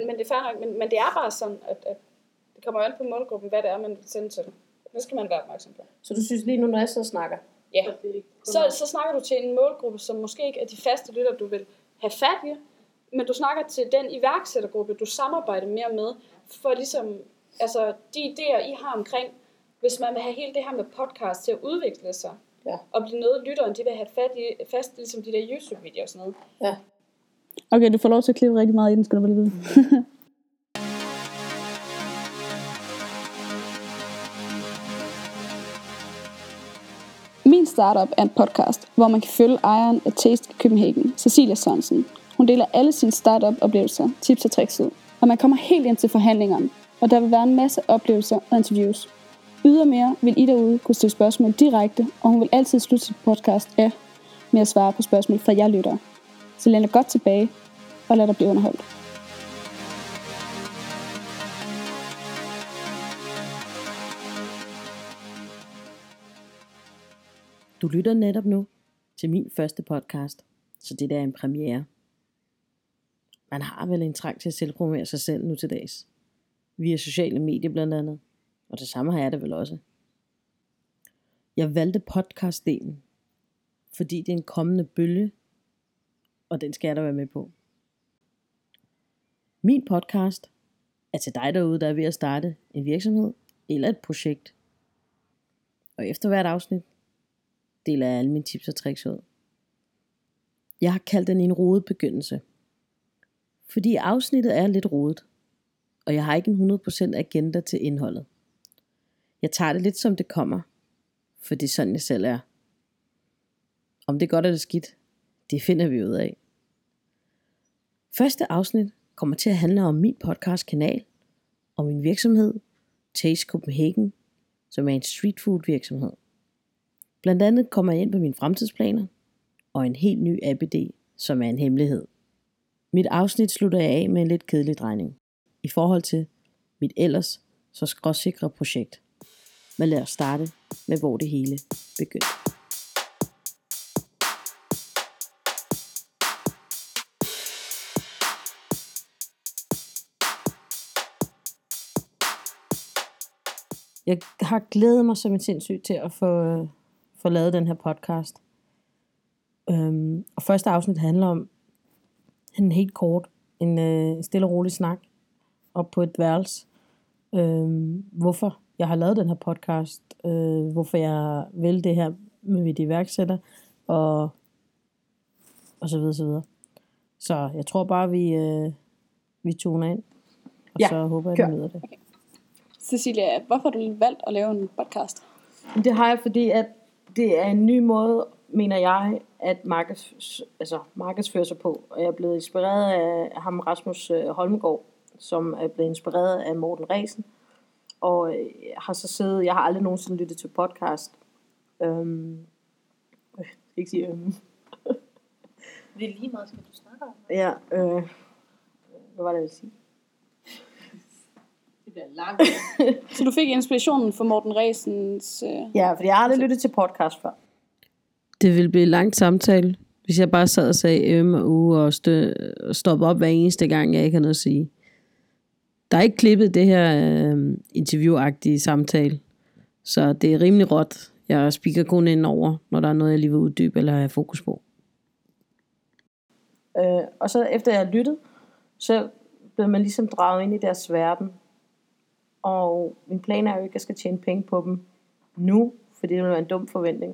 Men det er fair nok, men det er bare sådan, at det kommer an på målgruppen, hvad det er, man vil sende til. Det skal man være opmærksom på. Så du synes lige nu, når jeg så snakker? Ja, så snakker du til en målgruppe, som måske ikke er de faste lytter, du vil have fat i, men du snakker til den iværksættergruppe, du samarbejder mere med, for ligesom, altså de idéer, I har omkring, hvis man vil have hele det her med podcast til at udvikle sig, og blive noget lytteren, de vil have fast ligesom de der YouTube-videoer og sådan noget. Ja. Okay, du får lov til at klippe rigtig meget i den, skal du bare lige vide. Min Startup er en podcast, hvor man kan følge ejeren af Taste Copenhagen, Cecilia Sørensen. Hun deler alle sine startup-oplevelser, tips og tricks ud. Og man kommer helt ind til forhandlingerne, og der vil være en masse oplevelser og interviews. Ydermere vil I derude kunne stille spørgsmål direkte, og hun vil altid slutte sit podcast af med at svare på spørgsmål fra jer lyttere. Så læn dig godt tilbage, og lad dig blive underholdt. Du lytter netop nu til min første podcast, så det der er en premiere. Man har vel en trang til at selvpromovere sig selv nu til dags. Via sociale medier blandt andet, og det samme har jeg det vel også. Jeg valgte podcastdelen, fordi det er en kommende bølge, og den skal jeg da være med på. Min podcast er til dig derude, der er ved at starte en virksomhed eller et projekt. Og efter hvert afsnit deler jeg alle mine tips og tricks ud. Jeg har kaldt den en rodet begyndelse. Fordi afsnittet er lidt rodet, og jeg har ikke en 100% agenda til indholdet. Jeg tager det lidt som det kommer, for det er sådan jeg selv er. Om det er godt eller skidt, det finder vi ud af. Første afsnit kommer til at handle om min podcastkanal, og min virksomhed, Taste Copenhagen, som er en street food virksomhed. Blandt andet kommer jeg ind på mine fremtidsplaner, og en helt ny app-idé, som er en hemmelighed. Mit afsnit slutter jeg af med en lidt kedelig drejning, i forhold til mit ellers så skråsikre projekt. Men lad os starte med, hvor det hele begyndte. Jeg har glædet mig som en sindssyg til at få lavet den her podcast. Og første afsnit handler om en helt kort, en stille og rolig snak op på et værelse. Hvorfor jeg har lavet den her podcast, hvorfor jeg vil det her med mit iværksætter, og så videre, så videre. Så jeg tror bare, vi tuner ind, og så håber jeg, at du nyder det. Okay. Cecilia, hvorfor har du valgt at lave en podcast? Det har jeg, fordi at det er en ny måde, mener jeg, at markedsføre sig på. Og jeg er blevet inspireret af ham, Rasmus Holmgaard, som er blevet inspireret af Morten Ræsen. Og jeg har aldrig nogensinde lyttet til podcast. Ikke sige Det er lige meget, skal du snakke om? Ja, hvad var det, jeg ville sige? Det bliver langt. Så du fik inspirationen fra Morten Ræsens... Ja, fordi jeg har aldrig lyttet til podcast før. Det ville blive en lang samtale, hvis jeg bare sad og sagde og stoppe op hver eneste gang, jeg ikke har noget at sige. Der er ikke klippet det her interviewagtige samtale, så det er rimelig råt. Jeg speaker kun ind over, når der er noget, jeg lige vil uddybe eller have fokus på. Og så efter jeg har lyttet, så blev man ligesom draget ind i deres verden. Og min plan er jo ikke, at jeg skal tjene penge på dem nu, fordi det vil være en dum forventning.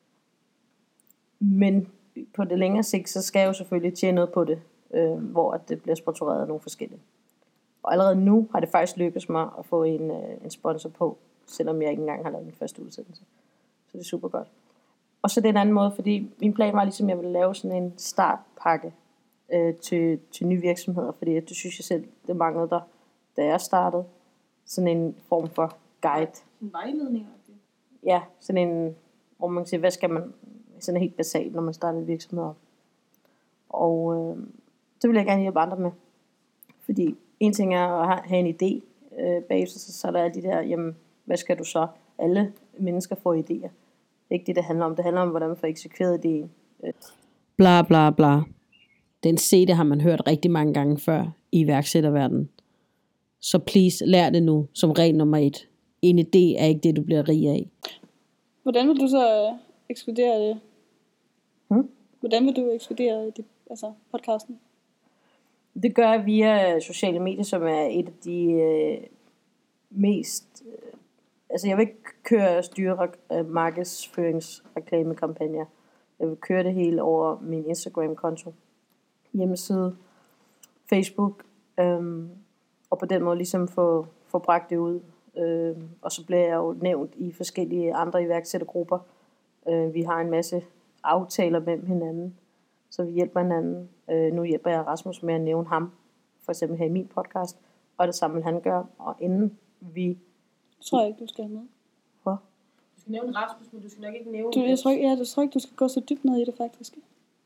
Men på det længere sigt, så skal jeg jo selvfølgelig tjene noget på det, hvor det bliver sponsoreret af nogle forskellige. Og allerede nu har det faktisk lykkedes mig at få en sponsor på, selvom jeg ikke engang har lavet min første udsendelse. Så det er super godt. Og så det er en anden måde, fordi min plan var ligesom, at jeg ville lave sådan en startpakke til nye virksomheder, fordi det synes jeg selv, det manglede der, da jeg startede. Sådan en form for guide. En vejledning? Ja, sådan en, hvor man kan sige, hvad skal man, sådan helt basalt, når man starter en virksomhed op. Og det vil jeg gerne hjælpe andre med. Fordi en ting er at have en idé bagefter, så er der alle de der, jamen, hvad skal du så? Alle mennesker får idéer. Det er ikke det handler om. Det handler om, hvordan man får eksekveret idéen. Bla bla bla. Den CD har man hørt rigtig mange gange før. i iværksætterverdenen. Så please, lær det nu som regel nummer 1. En idé er ikke det, du bliver rig af. Hvordan vil du så ekskludere det? Hmm? Hvordan vil du ekskludere det, altså podcasten? Det gør jeg via sociale medier, som er et af de mest... altså jeg vil ikke styre markedsføringsreklamekampagner. Jeg vil køre det hele over min Instagram-konto, hjemmeside, Facebook, og på den måde ligesom få bragt det ud. Og så bliver jeg jo nævnt i forskellige andre iværksættergrupper. Vi har en masse aftaler mellem hinanden, så vi hjælper hinanden. Nu hjælper jeg Rasmus med at nævne ham, for eksempel her i min podcast, og det samme vil han gøre. Og inden vi... Tror jeg ikke, du skal have med. Hvor? Du skal nævne Rasmus, men du skal nok ikke nævne... Jeg tror ikke, du skal gå så dybt ned i det, faktisk.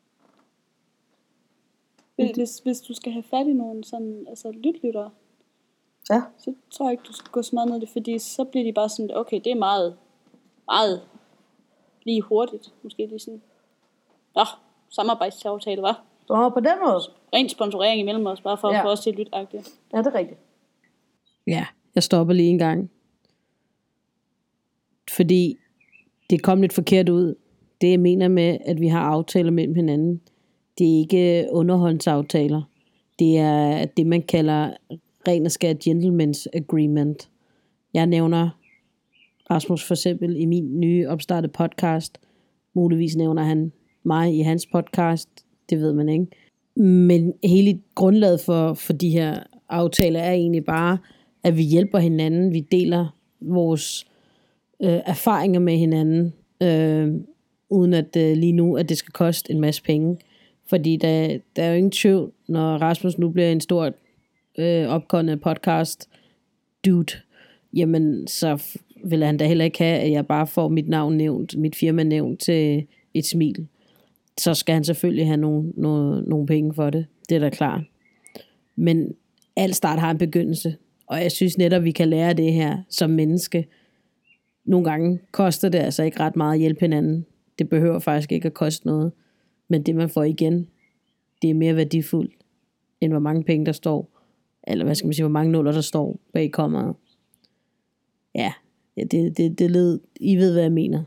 Hvis du skal have fat i nogen sådan, altså lyttere, ja, så tror jeg ikke, du skal gå så meget ned i det, fordi så bliver de bare sådan, okay, det er meget, meget lige hurtigt. Måske lige sådan, samarbejdsaftale, hva'? på den måde. Ren sponsorering imellem os, bare for at få os til at lytte agtigt. Ja, det er rigtigt. Ja, jeg stopper lige en gang. Fordi det kom lidt forkert ud. Det jeg mener med, at vi har aftaler mellem hinanden, det er ikke underhåndsaftaler. Det er det, man kalder ren og skær gentleman's agreement. Jeg nævner Rasmus for eksempel i min nye opstartede podcast. Muligvis nævner han mig i hans podcast. Det ved man ikke. Men hele grundlaget for de her aftaler er egentlig bare, at vi hjælper hinanden. Vi deler vores erfaringer med hinanden, uden at lige nu, at det skal koste en masse penge. Fordi der er jo ingen tvivl, når Rasmus nu bliver en stor opkommet podcast dude, jamen så vil han da heller ikke have, at jeg bare får mit navn nævnt, mit firma nævnt til et smil. Så skal han selvfølgelig have nogle penge for det. Det er da klart. Men al start har en begyndelse. Og jeg synes netop, vi kan lære det her som menneske. Nogle gange koster det altså ikke ret meget at hjælpe hinanden. Det behøver faktisk ikke at koste noget. Men det man får igen, det er mere værdifuldt, end hvor mange penge der står. Eller hvad skal man sige, hvor mange nuller der står bag kommeret. Ja, det led. I ved, hvad jeg mener.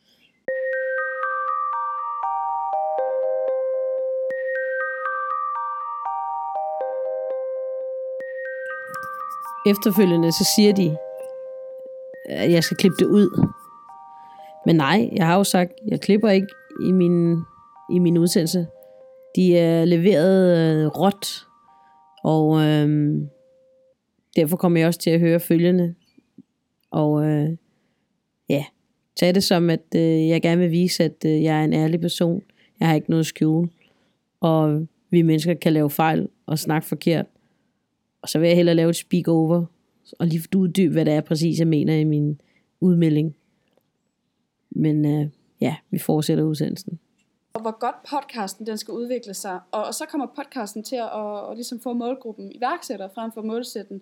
Efterfølgende så siger de, at jeg skal klippe det ud. Men nej, jeg har jo sagt, jeg klipper ikke i min udsendelse. De er leveret råt, og derfor kommer jeg også til at høre følgende. Og tag det som, at jeg gerne vil vise, at jeg er en ærlig person. Jeg har ikke noget at skjule. Og vi mennesker kan lave fejl og snakke forkert. Og så vil jeg hellere lave et speak-over, og lige uddybe, hvad det er præcis, jeg mener i min udmelding. Men vi fortsætter udsendelsen. Og hvor godt podcasten den skal udvikle sig. Og så kommer podcasten til at ligesom få målgruppen iværksætter frem for målsætten.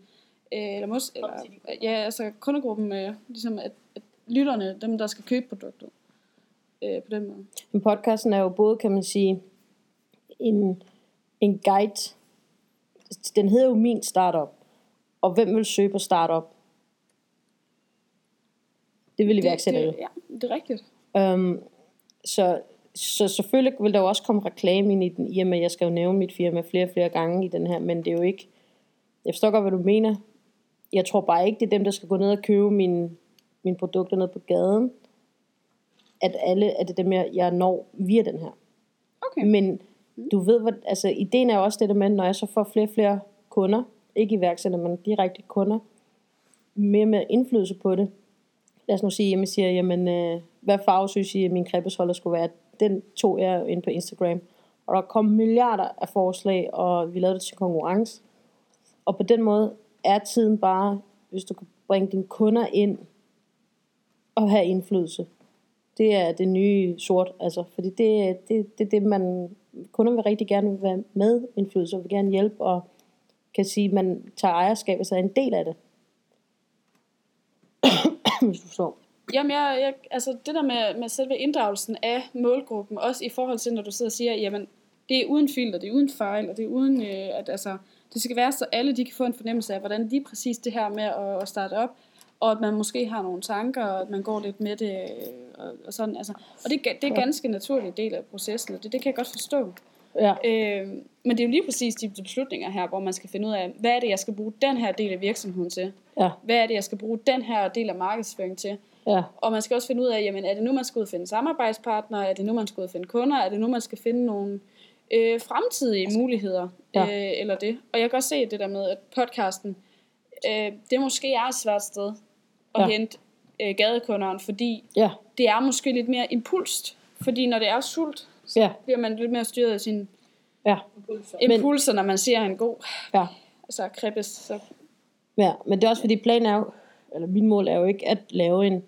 Altså kundegruppen, ligesom at lytterne, dem der skal købe produktet. På den måde. Men podcasten er jo både, kan man sige, en guide. Den hedder jo Min Startup. Og hvem vil søge på startup? Det vil iværksætter jo. Ja, det er rigtigt. Så selvfølgelig vil der jo også komme reklame ind i den, i og med at jeg skal jo nævne mit firma flere gange i den her, men det er jo ikke, jeg forstår godt, hvad du mener. Jeg tror bare ikke, det er dem, der skal gå ned og købe mine produkter ned på gaden, at det dem, jeg når via den her. Okay. Men du ved, altså ideen er jo også det der med, når jeg så får flere kunder, ikke iværksætter, men direkte kunder, mere med indflydelse på det. Lad os nu sige, jeg siger, hvad farve synes I, at min kreppesholder skulle være? Den tog jeg ind på Instagram. Og der kom milliarder af forslag, og vi lavede det til konkurrence. Og på den måde er tiden bare, hvis du kan bringe dine kunder ind og have indflydelse. Det er det nye sort, altså. Fordi det er det, man... Kunder vil rigtig gerne være med indflydelse, og vil gerne hjælpe, og kan sige, at man tager ejerskab, og så er en del af det. Hvis du så. Jamen, altså det der med selve inddragelsen af målgruppen, også i forhold til, når du sidder og siger, jamen, det er uden filter, det er uden fejl, og det er uden, at altså, Det skal være, så alle de kan få en fornemmelse af, hvordan lige præcis det her med at starte op, og at man måske har nogle tanker, og at man går lidt med det, og sådan. Altså. Og det er ganske naturlig del af processen, og det kan jeg godt forstå. Ja. Men det er jo lige præcis de beslutninger her, hvor man skal finde ud af, hvad er det, jeg skal bruge den her del af virksomheden til? Ja. Hvad er det, jeg skal bruge den her del af markedsføring til? Ja. Og man skal også finde ud af, jamen, er det nu, man skal ud og finde samarbejdspartnere? Er det nu, man skal ud og finde kunder? Er det nu, man skal finde nogle fremtidige muligheder? Eller det. Og jeg kan også se det der med, at podcasten, det måske er et svært sted at hente gadekunderen, fordi det er måske lidt mere impulst. Fordi når det er sult, så bliver man lidt mere styret af sine impulser, når man siger en god krebbes. Så. Ja, men det er også fordi planen er jo, eller min mål er jo ikke at lave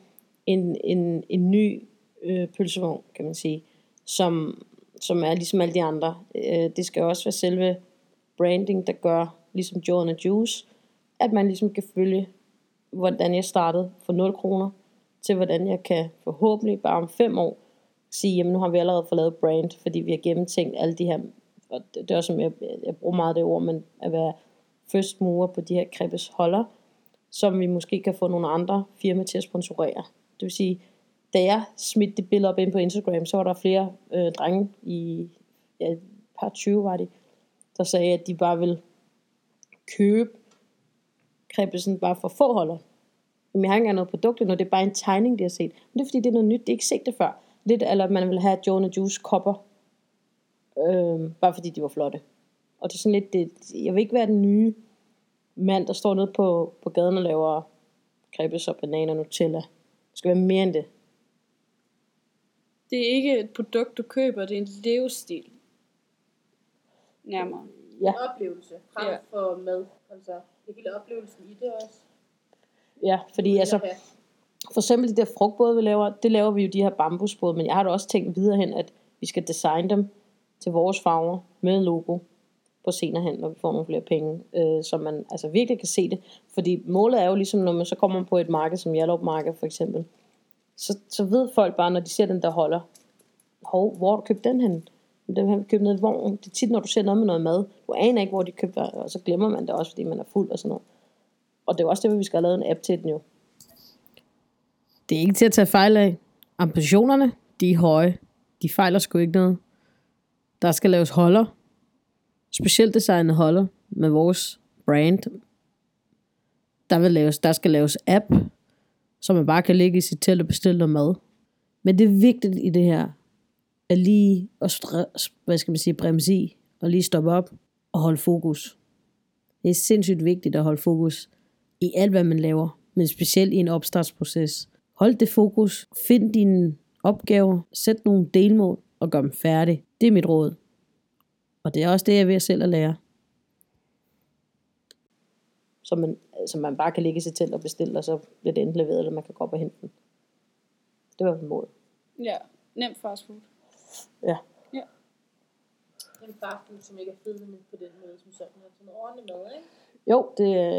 en ny pølsevogn, kan man sige, som er ligesom alle de andre. Det skal også være selve branding, der gør, ligesom Joe and the Juice, at man ligesom kan følge, hvordan jeg startede for 0 kroner, til hvordan jeg kan forhåbentlig bare om 5 år sige, jamen nu har vi allerede fået lavet brand, fordi vi har gennemtænkt alle de her, og det er også som jeg bruger meget det ord, men at være first mover på de her krebbes holder, som vi måske kan få nogle andre firmaer til at sponsorere. Det vil sige, da jeg smidte det billede op ind på Instagram, så var der flere drenge i et par 20 var de, der sagde, at de bare ville købe krebbesen bare for få holder. Men jeg har ikke engang noget produkt endnu, det er bare en tegning, de har set. Men det er fordi, det er noget nyt, det er ikke set det før. Lidt, eller man vil have Joe and the Juice kopper, bare fordi de var flotte. Og det er sådan lidt, jeg vil ikke være den nye mand, der står nede på gaden og laver krebbes og bananer og Nutella. Det skal være mere end det. Det er ikke et produkt, du køber, det er en livsstil. Nærmere. Ja. En oplevelse frem for mad. Altså, det er hele oplevelsen i det også. Ja, fordi altså, for eksempel de der frugtbåde, vi laver, det laver vi jo de her bambusbåde, men jeg har da også tænkt videre hen, at vi skal designe dem til vores farver med logo på senere hen, når vi får nogle flere penge, så man altså virkelig kan se det. Fordi målet er jo ligesom, når man så kommer på et marked som Hjallerup Marked for eksempel, så ved folk bare, når de ser den der holder, hvor har du købt den hen? Den har vi købt ned i vognen. Det er tit, når du ser noget med noget mad, du aner ikke, hvor de købte, og så glemmer man det også, fordi man er fuld og sådan noget. Og det er også det, vi skal have lavet en app til den jo. Det er ikke til at tage fejl af. Ambitionerne, de er høje. De fejler sgu ikke noget. Der skal laves holder. Specielt designede holder med vores brand. Der skal laves app, så man bare kan ligge i sit telt og bestille noget mad. Men det er vigtigt i det her, at lige bremse i, og lige stoppe op og holde fokus. Det er sindssygt vigtigt at holde fokus i alt, hvad man laver, men specielt i en opstartsproces. Hold det fokus, find dine opgaver, sæt nogle delmål og gør dem færdige. Det er mit råd. Og det er også det, jeg er ved selv at lære. Så man bare kan ligge i sit telt og bestille, og så bliver det enten leveret, eller man kan gå op og hente den. Det var mit mål. Ja, nemt fast food. Ja. En fastfood, som ikke er fedende på den måde, som sådan er sådan noget ordentligt mad, ikke? Jo,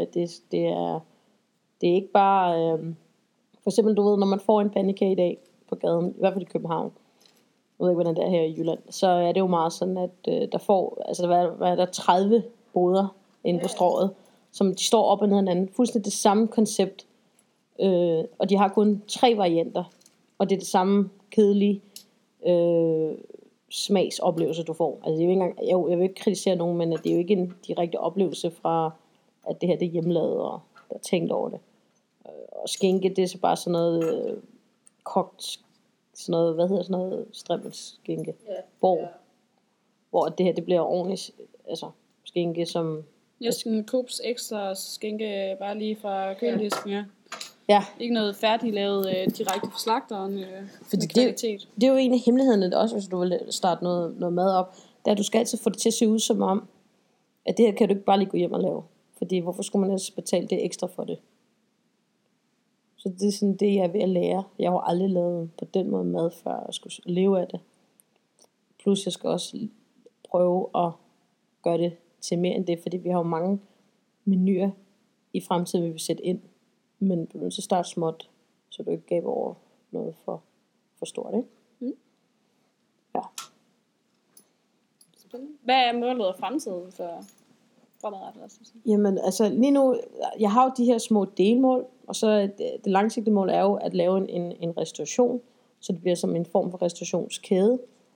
det er ikke bare... for eksempel, du ved, når man får en pandekage i dag på gaden, i hvert fald i København, jeg ved ikke, hvordan det er her i Jylland, så er det jo meget sådan, at der får, altså hvad er der 30 boder inde på strået, som de står op og ned ad hinanden, fuldstændig det samme koncept, og de har kun 3 varianter, og det er det samme kedelige smagsoplevelse, du får. Altså, det er jo ikke engang, jeg vil ikke kritisere nogen, men det er jo ikke en direkte oplevelse fra, at det her det er hjemmelavet, og der er tænkt over det. Og skinke, det er så bare sådan noget kogt, sådan noget, hvad hedder sådan noget, strimmelskinke, hvor det her, det bliver ordentligt, altså skinke som... Næsten Coops ekstra skinke, bare lige fra køledisken, Ja. Ikke noget færdiglavet direkte fra slagteren Fordi med kvalitet. Det er jo en af hemmelighederne også, hvis du vil starte noget mad op, det er, at du skal altid få det til at se ud som om, at det her kan du ikke bare lige gå hjem og lave. Fordi hvorfor skulle man ellers betale det ekstra for det? Så det er sådan det, jeg er ved at lære. Jeg har aldrig lavet på den måde mad, før jeg skulle leve af det. Plus jeg skal også prøve at gøre det til mere end det, fordi vi har jo mange menuer i fremtiden, vi vil sætte ind. Men du er nødt til at starte småt, så du ikke gav over noget for stort, ikke? Mm. Ja. Hvad er målet og fremtiden for fremadrettet også? Jamen, altså lige nu, jeg har jo de her små delmål, og så det langsigtede mål er jo at lave en restauration, så det bliver som en form for restaurationskæde.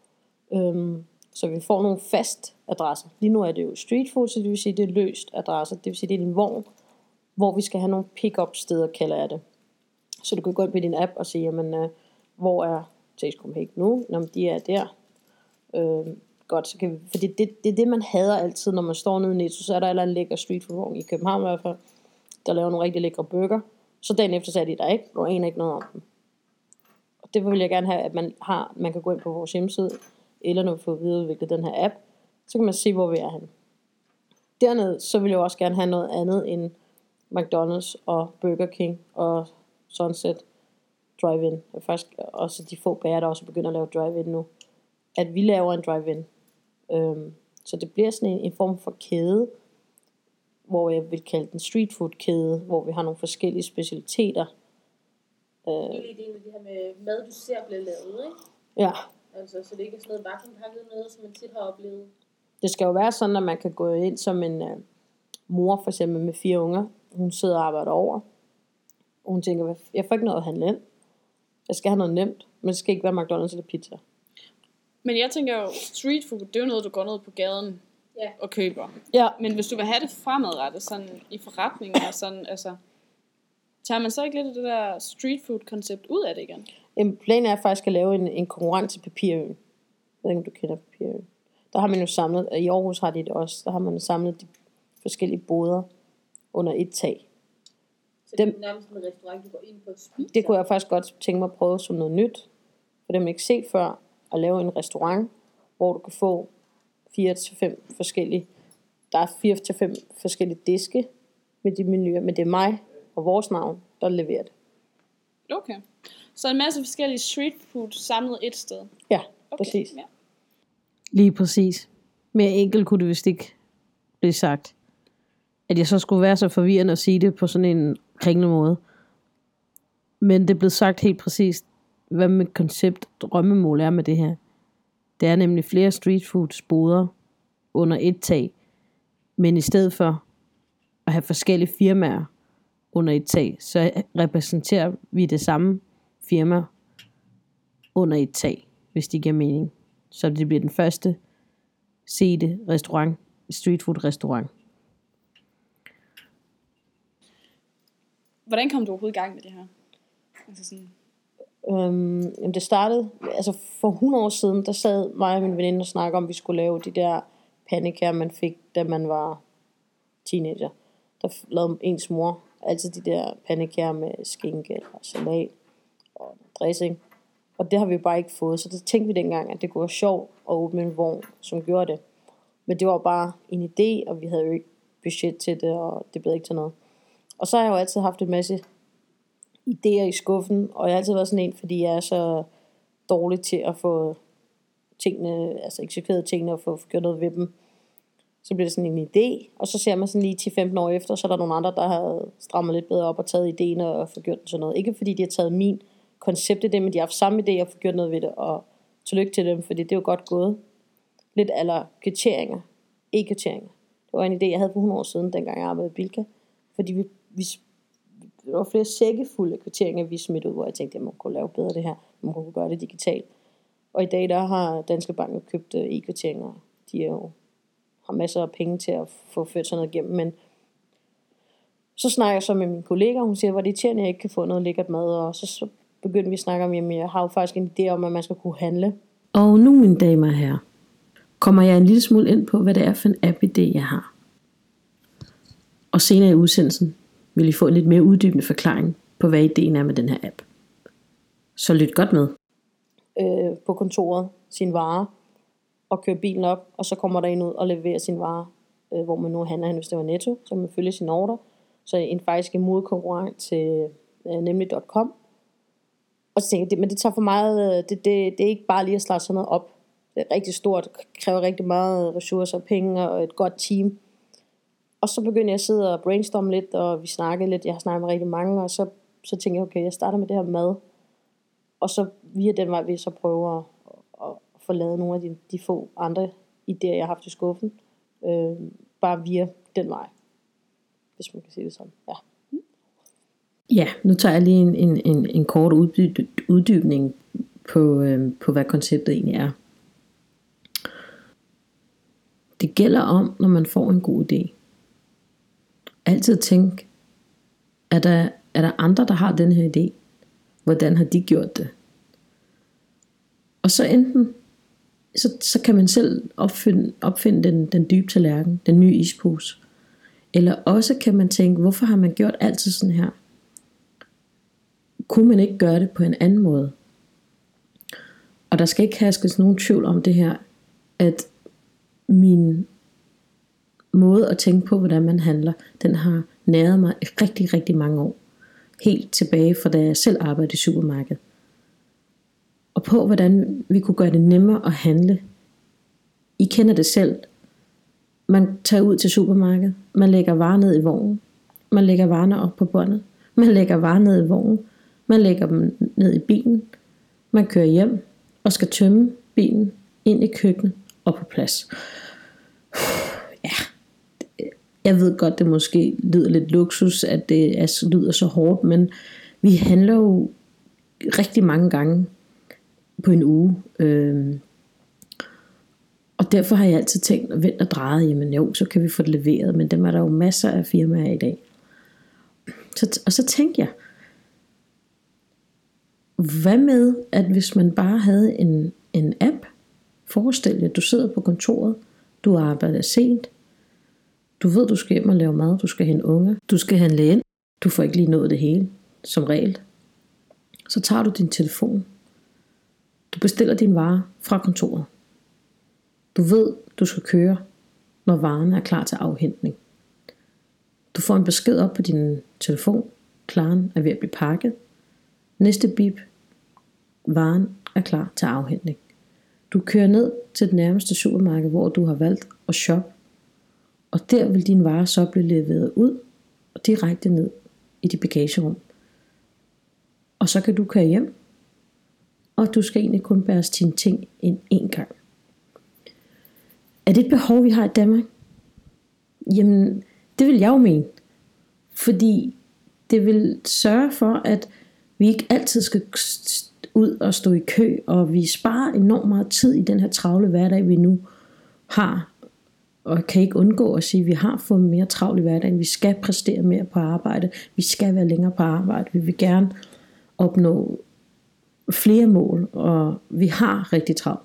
Så vi får nogle fast adresser. Lige nu er det jo street food, så det vil sige, det er løst adresser. Det vil sige, det er en vogn, hvor vi skal have nogle pick-up steder, kalder jeg det. Så du kan gå ind på din app og sige, jamen, hvor er Taste Copenhagen nu? Når de er der. Godt, så kan vi, fordi det er det, man hader altid, når man står nede i Netto, så er der en lækker street food vogn i København i hvert fald, der laver nogle rigtig lækre burger. Så dagen efter så er de der ikke, du aner ikke noget om dem. Og det vil jeg gerne have, at man kan gå ind på vores hjemmeside, eller når vi får videreudviklet den her app, så kan man se, hvor vi er henne. Dernede, så vil jeg også gerne have noget andet end McDonald's og Burger King og Sunset Drive-In. Faktisk også de få bager, der også begynder at lave drive-in nu. At vi laver en drive-in. Så det bliver sådan en form for kæde, hvor jeg vil kalde den street food kæde, hvor vi har nogle forskellige specialiteter. Hele ideen med det her med mad, du ser bliver lavet, ikke? Ja. Altså, så det ikke er sådan noget vakuumpakket noget, som man tit har oplevet. Det skal jo være sådan, at man kan gå ind som en mor, for eksempel med 4 unger. Hun sidder og arbejder over. Og hun tænker, jeg får ikke noget at handle ind. Jeg skal have noget nemt, men det skal ikke være McDonald's eller pizza. Men jeg tænker jo, street food, det er jo noget, du går ned på gaden og køber. Ja. Men hvis du vil have det fremadrettet, sådan i forretningen og sådan, altså, tager man så ikke lidt af det der street food koncept ud af det igen? Planen er faktisk at lave en konkurrence til Papirøen. Jeg ved ikke, om du kender Papirøen. Der har man jo samlet, i Aarhus har de det også, der har man samlet de forskellige boder under et tag. Så det er nærmest en restaurant, du går ind på og spiser? Det kunne jeg faktisk godt tænke mig at prøve som noget nyt. For det har man ikke set før, at lave en restaurant, hvor du kan få 4-5 forskellige, der er 4-5 forskellige diske med de menuer, men det er mig og vores navn, der leverer det. Okay. Så en masse forskellige street food samlet et sted? Ja, Okay. præcis. Ja. Lige præcis. Mere enkelt kunne det vist ikke blive sagt. At jeg så skulle være så forvirrende at sige det på sådan en kringlende måde. Men det blev sagt helt præcist, hvad mit koncept drømmemål er med det her. Det er nemlig flere street foods boder under et tag. Men i stedet for at have forskellige firmaer under et tag, så repræsenterer vi det samme firma under et tag, hvis det giver mening. Så det bliver den første sete restaurant, street food restaurant. Hvordan kom du overhovedet i gang med det her? Altså sådan... Jamen det startede, altså for 100 år siden, der sad mig og min veninde og snakkede om, at vi skulle lave de der pandekager, man fik, da man var teenager. Der lavede ens mor altid de der pandekager med skinke og salat og dressing. Og det har vi bare ikke fået, så det tænkte vi dengang, at det kunne være sjovt at åbne en vogn, som gjorde det. Men det var bare en idé, og vi havde jo ikke budget til det, og det blev ikke til noget. Og så har jeg jo altid haft en masse idéer i skuffen, og jeg har altid været sådan en, fordi jeg er så dårlig til at få tingene, altså eksekveret tingene og få gjort noget ved dem. Så bliver det sådan en idé, og så ser man sådan lige 10-15 år efter, så er der nogle andre, der har strammet lidt bedre op og taget idéen og få gjort sådan noget. Ikke fordi de har taget min koncept i det, men de har haft samme idé og få gjort noget ved det, og tillykke til dem, fordi det er jo godt gået. Lidt aller kvitteringer, e-kvitteringer. Det var en idé, jeg havde for 100 år siden, dengang jeg arbejdede i Bilka, fordi der var flere sækkefulde kvitteringer, vi smidt ud, hvor jeg tænkte, at man kunne lave bedre det her, man kunne gøre det digitalt. Og i dag, der har Danske Bank købt e-kvitteringer. De er jo, har masser af penge til at få ført sådan noget igennem, men så snakker jeg så med min kollega, hun siger, hvor det irriterende, jeg ikke kan få noget lækkert mad, og så begyndte vi at snakke om, jamen jeg har jo faktisk en idé om, at man skal kunne handle. Og nu, mine damer og herrer, kommer jeg en lille smule ind på, hvad det er for en app-idé, jeg har. Og senere i udsendelsen vil I få en lidt mere uddybende forklaring på, hvad ideen er med den her app. Så lyt godt med. På kontoret sin varer og kører bilen op, og så kommer der en ud og leverer sin varer, hvor man nu handler hen, hvis det var Netto, så man følger sin ordre. Så faktisk en modkonkurrent til nemlig.com. Og så tænker jeg, men det tager for meget, det er ikke bare lige at starte sådan noget op. Det er rigtig stort, det kræver rigtig meget ressourcer, penge og et godt team. Og så begyndte jeg at sidde og brainstorme lidt, og vi snakkede lidt, jeg har snakket med rigtig mange, og så tænkte jeg, okay, jeg starter med det her mad. Og så via den vej vil jeg så prøve at få lavet nogle af de få andre idéer, jeg har haft i skuffen. Bare via den vej. Hvis man kan sige det sådan. Ja. Ja, nu tager jeg lige en kort uddybning på, hvad konceptet egentlig er. Det gælder om, når man får en god idé. Altid tænk, er der andre, der har den her idé? Hvordan har de gjort det? Og så enten, så kan man selv opfinde den dybe tallerken, den nye ispose. Eller også kan man tænke, hvorfor har man gjort altid sådan her? Kunne man ikke gøre det på en anden måde? Og der skal ikke herskes nogen tvivl om det her, at min måde at tænke på, hvordan man handler, den har næret mig i rigtig, rigtig mange år. Helt tilbage fra da jeg selv arbejdede i supermarkedet. Og på hvordan vi kunne gøre det nemmere at handle. I kender det selv. Man tager ud til supermarkedet, man lægger varer ned i vognen, man lægger varerne op på båndet, man lægger varer ned i vognen, man lægger dem ned i bilen, man kører hjem og skal tømme bilen ind i køkkenet og på plads. Ja, jeg ved godt, det måske lyder lidt luksus, at det lyder så hårdt, men vi handler jo rigtig mange gange på en uge. Og derfor har jeg altid tænkt, at vent og drejet, jamen jo, så kan vi få det leveret, men dem er der jo masser af firmaer i dag. Og så tænkte jeg, hvad med, at hvis man bare havde en app, forestil dig, at du sidder på kontoret, du arbejder sent, du ved, du skal hjem og lave mad, du skal hente unge, du skal handle ind, du får ikke lige nået det hele, som regel. Så tager du din telefon, du bestiller dine varer fra kontoret. Du ved, du skal køre, når varerne er klar til afhentning. Du får en besked op på din telefon, klaren er ved at blive pakket. Næste bip, varen er klar til afhentning. Du kører ned til det nærmeste supermarked, hvor du har valgt at shoppe, og der vil din varer så blive leveret ud og direkte ned i dit bagagerum. Og så kan du køre hjem, og du skal egentlig kun bære dine ting ind én gang. Er det et behov, vi har i Danmark? Jamen, det vil jeg jo mene. Fordi det vil sørge for, at vi ikke altid skal ud og stå i kø, og vi sparer enormt meget tid i den her travle hverdag, vi nu har. Og kan ikke undgå at sige, at vi har fået mere travl i hverdagen. Vi skal præstere mere på arbejde. Vi skal være længere på arbejde. Vi vil gerne opnå flere mål, og vi har rigtig travlt.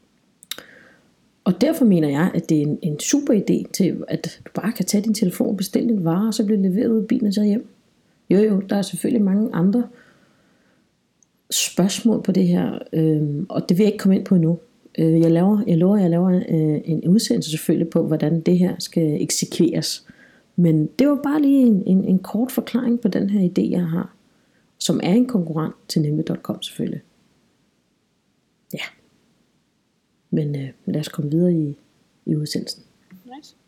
Og derfor mener jeg, at det er en super idé til, at du bare kan tage din telefon og bestille din varer, og så bliver det leveret ud i bilen og så hjem. Jo, der er selvfølgelig mange andre spørgsmål på det her, og det vil jeg ikke komme ind på nu. Jeg laver en udsendelse selvfølgelig på, hvordan det her skal eksekveres. Men det var bare lige en kort forklaring på den her idé, jeg har, som er en konkurrent til nemlig.com selvfølgelig. Ja. Men lad os komme videre i udsendelsen. Nice.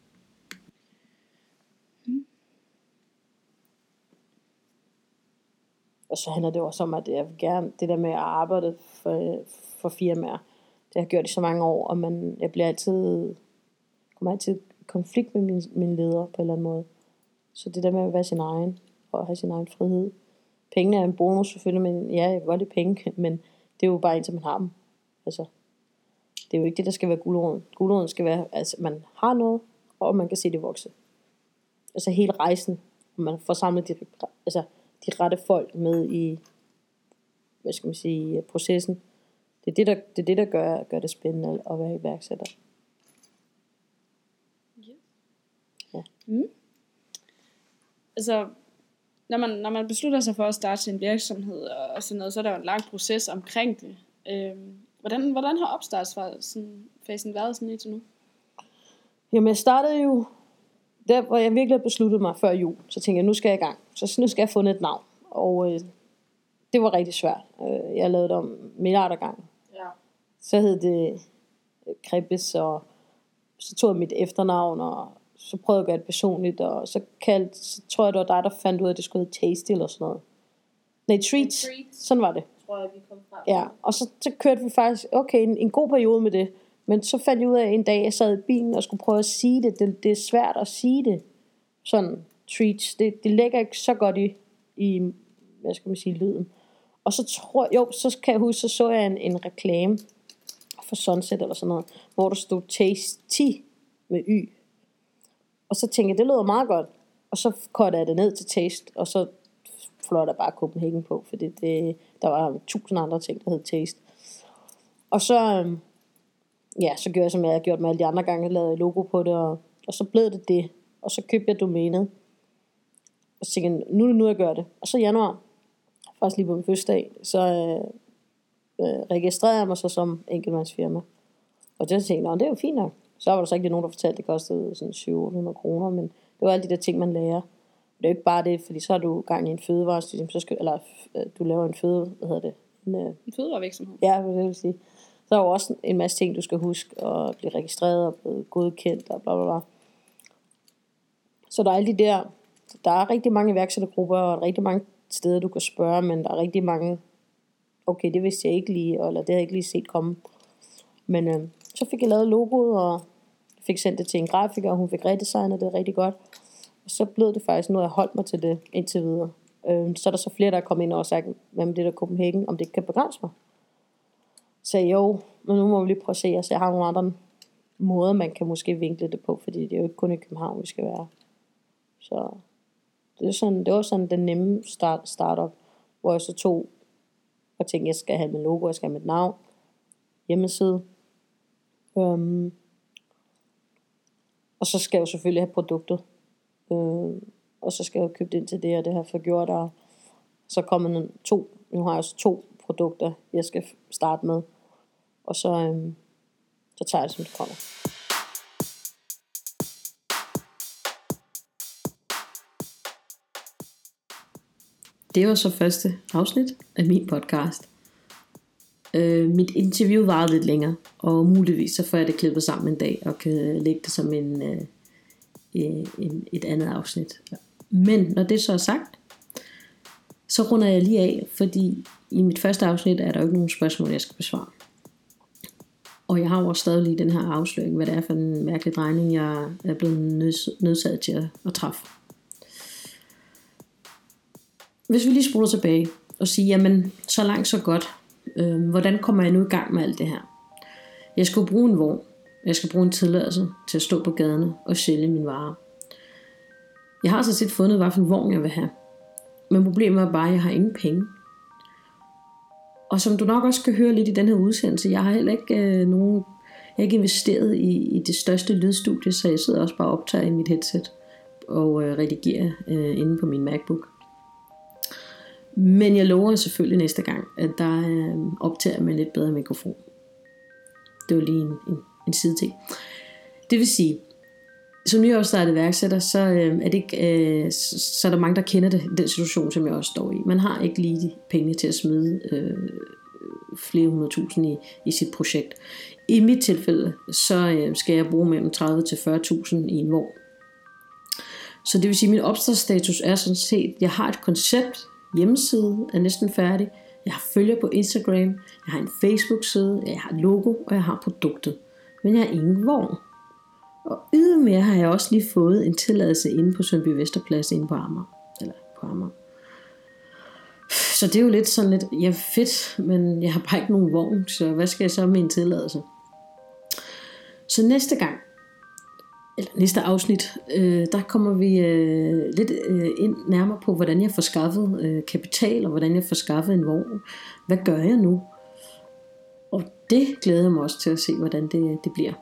Og så handler det også om, at jeg vil gerne, det der med at arbejde for firmaer, det har jeg gjort i så mange år, og jeg kommer altid i konflikt med min leder på en eller anden måde. Så det der med at være sin egen, og at have sin egen frihed. Pengene er en bonus selvfølgelig, men ja, jeg kan godt lide penge, men det er jo bare indtil man har dem. Altså, det er jo ikke det, der skal være guleroden. Guleroden skal være, altså man har noget, og man kan se det vokse. Altså hele rejsen, og man får samlet de rette folk med i, hvad skal man sige, processen. Det er det, der gør det spændende at være iværksætter. Ja. Mm. Altså, når man beslutter sig for at starte sin virksomhed og sådan noget, så er der jo en lang proces omkring det. Hvordan har opstartsfasen været sådan indtil nu? Jamen, jeg startede jo der, hvor jeg virkelig besluttede mig før jul. Så tænkte jeg, nu skal jeg i gang. Så nu skal jeg have fundet et navn. Og det var rigtig svært. Jeg lavede det om milliarder gange. Ja. Så hed det Krebs, og så tog jeg mit efternavn, og så prøvede jeg at gøre det personligt, og så tror jeg, det var dig, der fandt ud af, at det skulle hedde Tasty eller sådan noget. Nej, Treats. Sådan var det. Tror jeg, vi kom frem. Ja, og så kørte vi faktisk, okay, en god periode med det. Men så fandt jeg ud af en dag, jeg sad i bilen og skulle prøve at sige det. Det er svært at sige det. Sådan treats. Det ligger ikke så godt i hvad skal man sige, lyden. Og så så kan jeg huske, så jeg en reklame for Sunset eller sådan noget, hvor der stod tasty med y. Og så tænkte jeg, det lyder meget godt. Og så kortede jeg det ned til taste, og så fløj der bare Copenhagen på, fordi der var 1000 andre ting, der hed taste. Og så gjorde jeg, som jeg havde gjort med alle de andre gange, jeg lavede logo på det, og så blev det. Og så købte jeg domænet. Og så tænkte jeg, nu jeg gør det. Og så i januar, faktisk lige på min fødselsdag, så registrerede jeg mig så som enkeltmandsfirma. Og det tænkte jeg, det er jo fint nok. Så var der så ikke nogen, der fortalte, at det kostede sådan 700 kroner, men det var alle de der ting, man lærer. Det er jo ikke bare det, fordi så har du gang i en fødevaresystem, eller du laver en en fødevarevirksomhed. Ja, det vil sige. Så er der jo også en masse ting, du skal huske, at blive registreret og blive godkendt, og bla bla bla. Så der er alle de der er rigtig mange iværksættergrupper, og rigtig mange steder, du kan spørge, men der er rigtig mange, okay, det vidste jeg ikke lige, eller det havde jeg ikke lige set komme. Men så fik jeg lavet logoet, og fik sendt det til en grafiker, og hun fik redesignet det rigtig godt. Og så blev det faktisk, nu har jeg holdt mig til det indtil videre. Så er der så flere, der er kommet ind og sagt, hvad med det der Copenhagen, om det ikke kan begrænse mig. Så jo, men nu må vi lige prøve at se, altså jeg har nogle andre måder, man kan måske vinkle det på, fordi det er jo ikke kun i København, vi skal være. Så det var sådan den nemme startup, hvor jeg så tog og tænkte, jeg skal have mit logo, jeg skal have mit navn, hjemmeside. Og så skal jeg jo selvfølgelig have produktet. Og så skal jeg jo købe det ind til det, og det har jeg fået gjort. Og så kommer nu har jeg så 2 produkter, jeg skal starte med. Og så tager jeg det, som det kommer. Det var så første afsnit af min podcast. Mit interview varede lidt længere, og muligvis så får jeg det klippet sammen en dag, og kan lægge det som et andet afsnit. Men når det så er sagt, så runder jeg lige af, fordi i mit første afsnit er der jo ikke nogen spørgsmål, jeg skal besvare. Og jeg har jo også stadig lige den her afsløring, hvad det er for en mærkelig drejning, jeg er blevet nødsaget til at træffe. Hvis vi lige spoler tilbage og siger, jamen så langt så godt, hvordan kommer jeg nu i gang med alt det her? Jeg skal bruge en vogn, jeg skal bruge en tilladelse til at stå på gaderne og sælge mine varer. Jeg har så set fundet, hvad for en vogn jeg vil have. Men problemet er bare, at jeg har ingen penge. Og som du nok også kan høre lidt i den her udsendelse, jeg har heller ikke jeg har ikke investeret i det største lydstudie, så jeg sidder også bare og optager i mit headset og redigerer inde på min MacBook. Men jeg lover selvfølgelig næste gang, at der optager med en lidt bedre mikrofon. Det var lige en side ting. Det vil sige, som nyopstartet iværksætter, så er det ikke, så er der mange, der kender den situation, som jeg også står i. Man har ikke lige de penge til at smide flere 100.000 i sit projekt. I mit tilfælde, så skal jeg bruge mellem 30 til 40.000 i en vogn. Så det vil sige, at min opstartsstatus er sådan set, jeg har et koncept, hjemmeside er næsten færdig, jeg har følger på Instagram, jeg har en Facebook-side, jeg har et logo, og jeg har produktet. Men jeg har ingen vogn. Og ydermere har jeg også lige fået en tilladelse inde på Sundby Vesterplads inde på Amager. Så det er jo lidt sådan lidt, ja fedt, men jeg har bare ikke nogen vogn, så hvad skal jeg så med en tilladelse? Så næste gang, eller næste afsnit, der kommer vi lidt ind nærmere på, hvordan jeg får skaffet kapital, og hvordan jeg får skaffet en vogn. Hvad gør jeg nu? Og det glæder jeg mig også til at se, hvordan det bliver.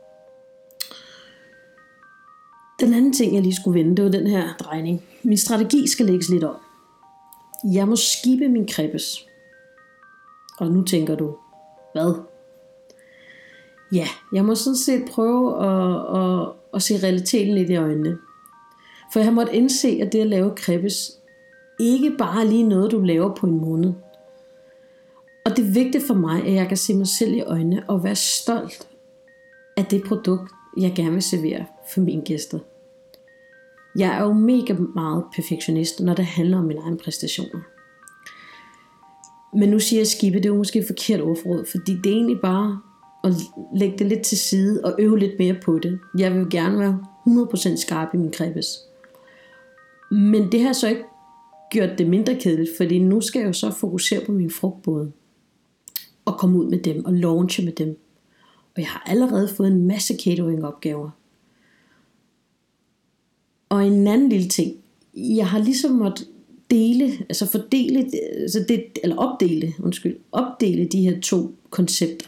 Den anden ting, jeg lige skulle vende, det var den her drejning. Min strategi skal lægges lidt om. Jeg må skippe min kreppes. Og nu tænker du, hvad? Ja, jeg må sådan set prøve at se realiteten lidt i øjnene. For jeg har måttet indse, at det at lave kreppes ikke bare lige noget, du laver på en måned. Og det er vigtigt for mig, at jeg kan se mig selv i øjnene og være stolt af det produkt, jeg gerne vil servere for mine gæster. Jeg er jo mega meget perfektionist, når det handler om mine egne præstationer. Men nu siger jeg skippe, det er jo måske et forkert ordforråd, fordi det er egentlig bare at lægge det lidt til side og øve lidt mere på det. Jeg vil gerne være 100% skarp i min krebs. Men det har så ikke gjort det mindre kedeligt, fordi nu skal jeg jo så fokusere på min frugtbåde og komme ud med dem og launche med dem. Og jeg har allerede fået en masse catering-opgaver. Og en anden lille ting, jeg har ligesom måttet opdele de her 2 koncepter.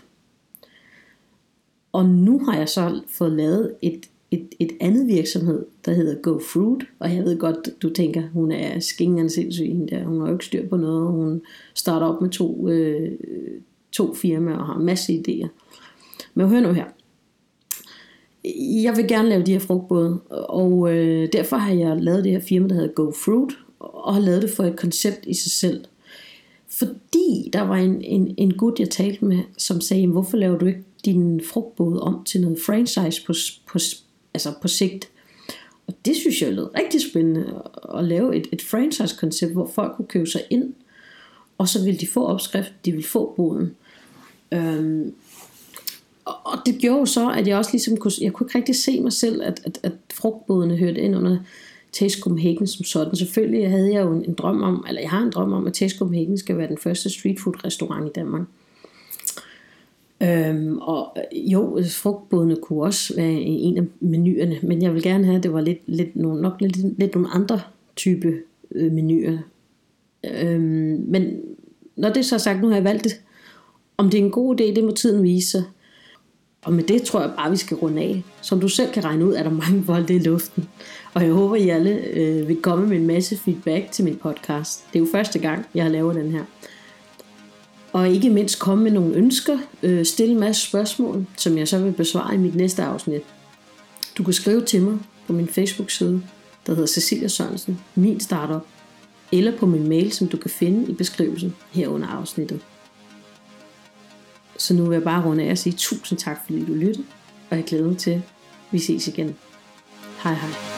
Og nu har jeg så fået lavet et andet virksomhed, der hedder Go Fruit, og jeg ved godt, du tænker, hun er skingeren sindssyg, hun har jo ikke styr på noget, hun starter op med 2 firmaer og har en masse idéer. Men hør nu her. Jeg vil gerne lave de her frugtbåde, og derfor har jeg lavet det her firma, der hedder Go Fruit, og har lavet det for et koncept i sig selv. Fordi der var en gut, jeg talte med, som sagde, hvorfor laver du ikke din frugtbåde om til noget franchise på sigt? Og det synes jeg lød rigtig spændende, at lave et franchise-koncept, hvor folk kunne købe sig ind, og så ville de få opskrift, de ville få båden. Og det gjorde jo så, at jeg også ligesom kunne ikke rigtig se mig selv, at frugtbådene hørte ind under Taste Copenhagen som sådan. Selvfølgelig havde jeg jo en drøm om, eller jeg har en drøm om, at Taste Copenhagen skal være den første streetfood restaurant i Danmark. Og jo, frugtbådene kunne også være en af menuerne, men jeg vil gerne have, at det var lidt nogle andre type menuer. Men når det så er sagt, nu har jeg valgt det. Om det er en god idé, det må tiden vise sig. Og med det tror jeg bare, vi skal runde af. Som du selv kan regne ud, er der mange bolde i luften. Og jeg håber, I alle vil komme med en masse feedback til min podcast. Det er jo første gang, jeg har lavet den her. Og ikke mindst komme med nogle ønsker. Stille en masse spørgsmål, som jeg så vil besvare i mit næste afsnit. Du kan skrive til mig på min Facebook-side, der hedder Cecilia Sørensen, min startup. Eller på min mail, som du kan finde i beskrivelsen her under afsnittet. Så nu vil jeg bare runde af og sige tusind tak, fordi du lyttede, og jeg glæder mig til, at vi ses igen. Hej hej.